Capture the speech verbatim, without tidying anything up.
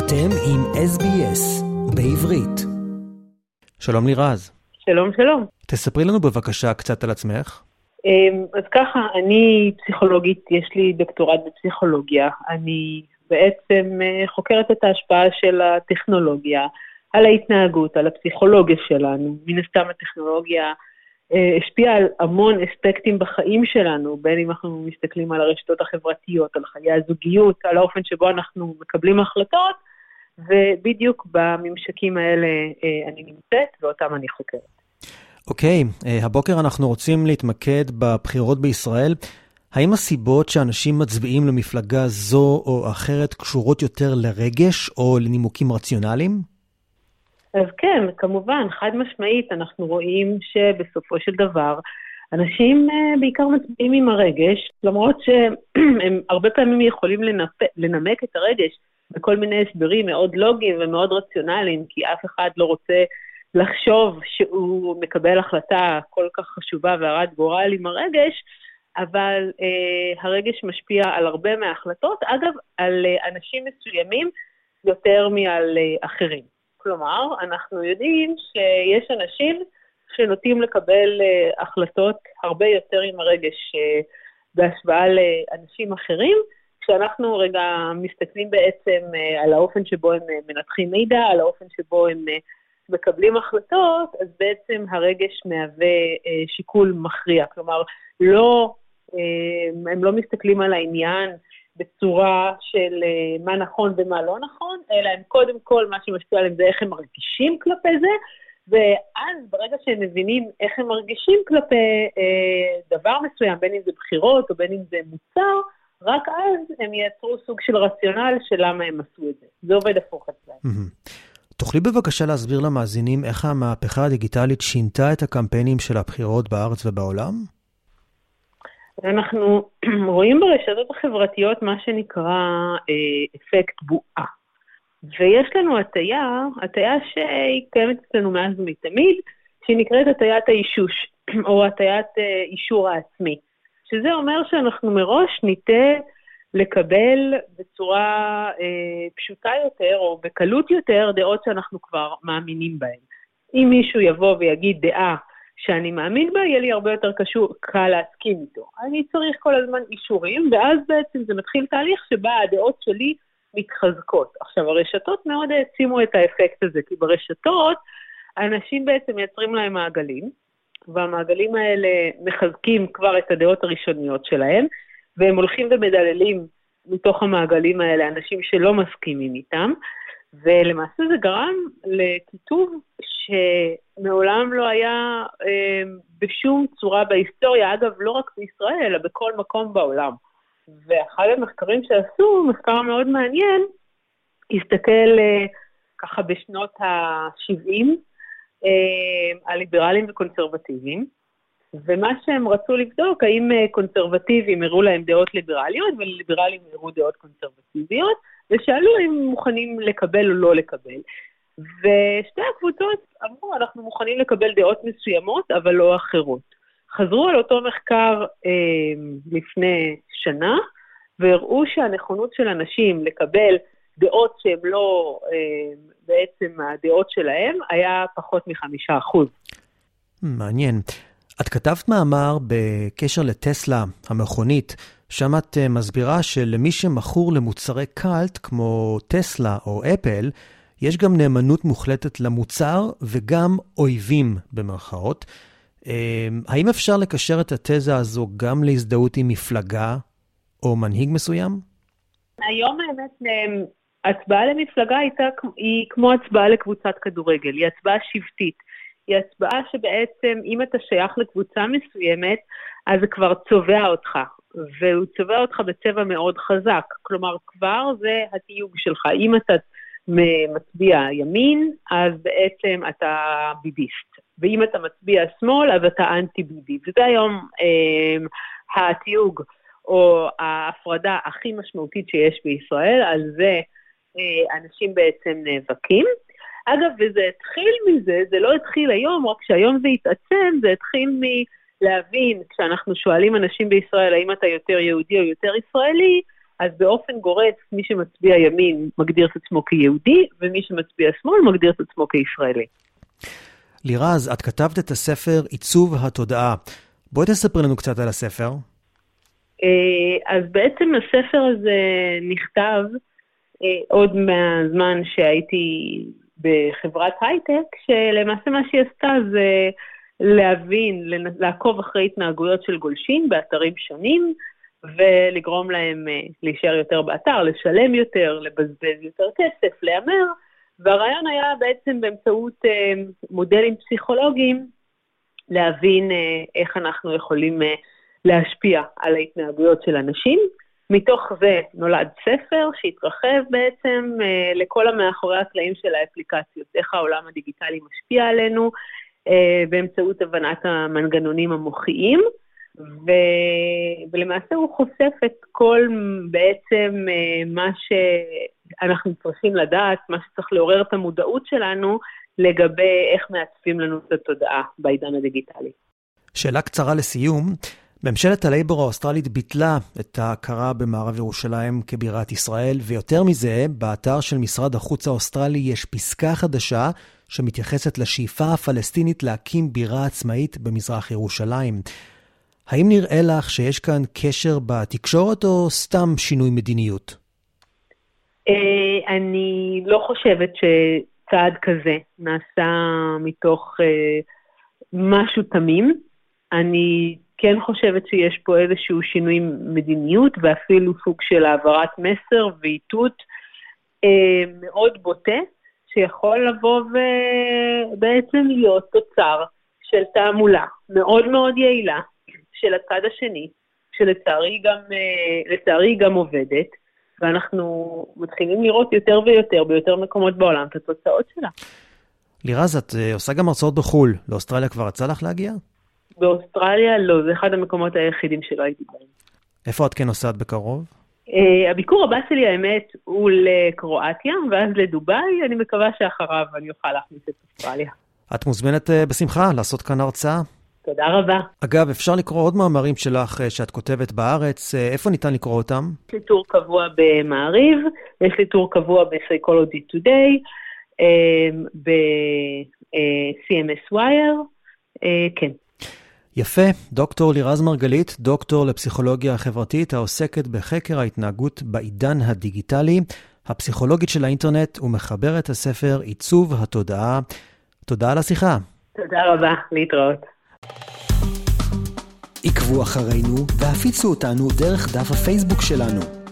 אתם עם אס בי אס בעברית. שלום לירז. שלום, שלום. תספרי לנו בבקשה קצת על עצמך. אז ככה, אני פסיכולוגית, יש לי דוקטורט בפסיכולוגיה. אני בעצם חוקרת את ההשפעה של הטכנולוגיה על ההתנהגות, על הפסיכולוגיה שלנו. מן הסתם הטכנולוגיה השפיעה על המון אספקטים בחיים שלנו, בין אם אנחנו מסתכלים על הרשתות החברתיות, על חיי הזוגיות, על האופן שבו אנחנו מקבלים החלטות, ובדיוק בממשקים האלה אני נמצאת, ואותם אני חוקרת. אוקיי, הבוקר אנחנו רוצים להתמקד בבחירות בישראל. האם הסיבות שאנשים מצביעים למפלגה זו או אחרת קשורות יותר לרגש או לנימוקים רציונליים? אז כן, כמובן, חד משמעית, אנחנו רואים שבסופו של דבר, אנשים בעיקר מצביעים עם הרגש, למרות שהם הרבה פעמים יכולים לנפ... לנמק את הרגש בכל מיני הסברים מאוד לוגיים ומאוד רציונליים, כי אף אחד לא רוצה לחשוב שהוא מקבל החלטה כל כך חשובה והרת גורל עם הרגש, אבל אה, הרגש משפיע על הרבה מההחלטות, אגב, על אה, אנשים מסוימים יותר מעל אה, אחרים. כלומר, אנחנו יודעים שיש אנשים שנוטים לקבל uh, החלטות הרבה יותר עם הרגש uh, בהשוואה לאנשים אחרים, כשאנחנו רגע מסתכלים בעצם uh, על האופן שבו הם uh, מנתחים מידע, על האופן שבו הם uh, מקבלים החלטות, אז בעצם הרגש מהווה uh, שיקול מכריע. כלומר, לא, uh, הם לא מסתכלים על העניין בצורה של uh, מה נכון ומה לא נכון, אלא הם קודם כל מה שמשפיע עליהם זה איך הם מרגישים כלפי זה, ואז ברגע שהם מבינים איך הם מרגישים כלפי uh, דבר מסוים, בין אם זה בחירות או בין אם זה מוצר, רק אז הם ייצרו סוג של רציונל של למה הם עשו את זה. זה עובד הפוך אצלם. Mm-hmm. תוכלי בבקשה להסביר למאזינים איך המהפכה הדיגיטלית שינתה את הקמפיינים של הבחירות בארץ ובעולם? אנחנו רואים ברשתות החברתיות מה שנקרא אה, אפקט בועה. ויש לנו הטיה, הטיה שהיא קיימת אצלנו מאז ומתמיד, שהיא נקראת הטיית האישוש, או הטיית אה, אישור העצמי. שזה אומר שאנחנו מראש ניתה לקבל בצורה אה, פשוטה יותר, או בקלות יותר, דעות שאנחנו כבר מאמינים בהן. אם מישהו יבוא ויגיד דעה, שאני מאמין בה, יהיה לי הרבה יותר קשור, קל להסכים איתו. אני צריך כל הזמן אישורים, ואז בעצם זה מתחיל תהליך שבה הדעות שלי מתחזקות. עכשיו, הרשתות מאוד העצימו את האפקט הזה, כי ברשתות, אנשים בעצם מייצרים להם מעגלים, והמעגלים האלה מחזקים כבר את הדעות הראשוניות שלהם, והם הולכים ומדללים מתוך המעגלים האלה אנשים שלא מסכימים איתם, ולמעשה זה גרם לכיתוב שמעולם לא היה אה, בשום צורה בהיסטוריה, אגב לא רק בישראל, אלא בכל מקום בעולם. ואחד המחקרים שעשו, מחקר מאוד מעניין, הסתכל אה, ככה בשנות ה-שבעים, אה, על ליברלים וקונסרבטיביים, ומה שהם רצו לבדוק, האם קונסרבטיביים הראו להם דעות ליברליות, וליברלים הראו דעות קונסרבטיביות, ושאלו אם מוכנים לקבל או לא לקבל. ושתי הקבוצות אמרו, אנחנו מוכנים לקבל דעות מסוימות, אבל לא אחרות. חזרו על אותו מחקר אה, לפני שנה, והראו שהנכונות של אנשים לקבל דעות שהן לא אה, בעצם הדעות שלהם, היה פחות מחמישה אחוז. מעניין. את כתבת מאמר בקשר לטסלה המכונית, שם את מסבירה שלמי שמכור למוצרי קלט כמו טסלה או אפל, יש גם נאמנות מוחלטת למוצר וגם אויבים במרכאות. האם אפשר לקשר את התזה הזו גם להזדהות עם מפלגה או מנהיג מסוים? היום האמת, הצבעה למפלגה הייתה, היא כמו הצבעה לקבוצת כדורגל, היא הצבעה שבטית. היא הצבעה שבעצם אם אתה שייך לקבוצה מסוימת, אז זה כבר צובע אותך, והוא צובע אותך בצבע מאוד חזק. כלומר, כבר זה התיוג שלך. אם אתה מצביע ימין, אז בעצם אתה ביביסט. ואם אתה מצביע שמאל, אז אתה אנטי-ביבי. וזה היום אה, התיוג או ההפרדה הכי משמעותית שיש בישראל, על זה אה, אנשים בעצם נאבקים. אגב, וזה התחיל מזה, זה לא התחיל היום, רק שהיום זה התעצם, זה התחיל מלהבין, כשאנחנו שואלים אנשים בישראל, האם אתה יותר יהודי או יותר ישראלי, אז באופן גורף, מי שמצביע ימין מגדיר את עצמו כיהודי, ומי שמצביע שמאל מגדיר את עצמו כישראלי. לירז, את כתבת את הספר עיצוב התודעה. בואי תספר לנו קצת על הספר. אז בעצם הספר הזה נכתב עוד מהזמן שהייתי בחברת הייטק, שלמעשה מה שהיא עשתה זה להבין, לעקוב אחרי התנהגויות של גולשים באתרים שונים, ולגרום להם להישאר יותר באתר, לשלם יותר, לבזבז יותר כסף, להיאמר, והרעיון היה בעצם באמצעות מודלים פסיכולוגיים, להבין איך אנחנו יכולים להשפיע על ההתנהגויות של אנשים. מתוך זה נולד ספר שהתרחב בעצם לכל המאחורי הקלעים של האפליקציות, איך העולם הדיגיטלי משפיע עלינו, באמצעות הבנת המנגנונים המוחיים, ו... ולמעשה הוא חושף את כל בעצם מה שאנחנו צריכים לדעת, מה שצריך לעורר את המודעות שלנו לגבי איך מעצבים לנו את התודעה בעידן הדיגיטלי. שאלה קצרה לסיום, ממשלת הלייבור האוסטרלית ביטלה את ההכרה במערב ירושלים כבירת ישראל, ויותר מזה, באתר של משרד החוץ האוסטרלי יש פסקה חדשה שמתייחסת לשאיפה הפלסטינית להקים בירה עצמאית במזרח ירושלים. האם נראה לך שיש כאן קשר בתקשורת או סתם שינוי מדיניות? אני לא חושבת שצעד כזה נעשה מתוך משהו תמים. אני כן חושבת שיש פה איזשהו שינוי מדיניות, ואפילו סוג של העברת מסר ואיתות מאוד בוטה, שיכול לבוא ובעצם להיות תוצר של תעמולה מאוד מאוד יעילה, של הצד השני, שלצערי גם, לצערי גם עובדת, ואנחנו מתחילים לראות יותר ויותר, ביותר מקומות בעולם, את התוצאות שלה. לירז, את עושה גם הרצאות בחול. לאוסטרליה כבר יצא לך להגיע? באוסטרליה לא, זה אחד המקומות היחידים שלא הייתי בהם. איפה את כן נוסעת בקרוב? Uh, הביקור הבא שלי, האמת, הוא לקרואטיה, ואז לדוביי. אני מקווה שאחריו אני אוכל להכניס את אוסטרליה. את מוזמנת uh, בשמחה לעשות כאן הרצאה. תודה רבה. אגב, אפשר לקרוא עוד מאמרים שלך uh, שאת כותבת בארץ. Uh, איפה ניתן לקרוא אותם? יש לי טור קבוע במעריב, יש לי טור קבוע ב-Psychology Today, uh, ב-סי אם אס Wire, uh, כן. יפה, דוקטור לירז מרגלית, דוקטור לפסיכולוגיה החברתית, העוסקת בחקר ההתנהגות בעידן הדיגיטלי, הפסיכולוגית של האינטרנט, ומחברת הספר עיצוב התודעה. תודה על השיחה. תודה רבה, להתראות. עקבו אחרינו והפיצו אותנו דרך דף הפייסבוק שלנו.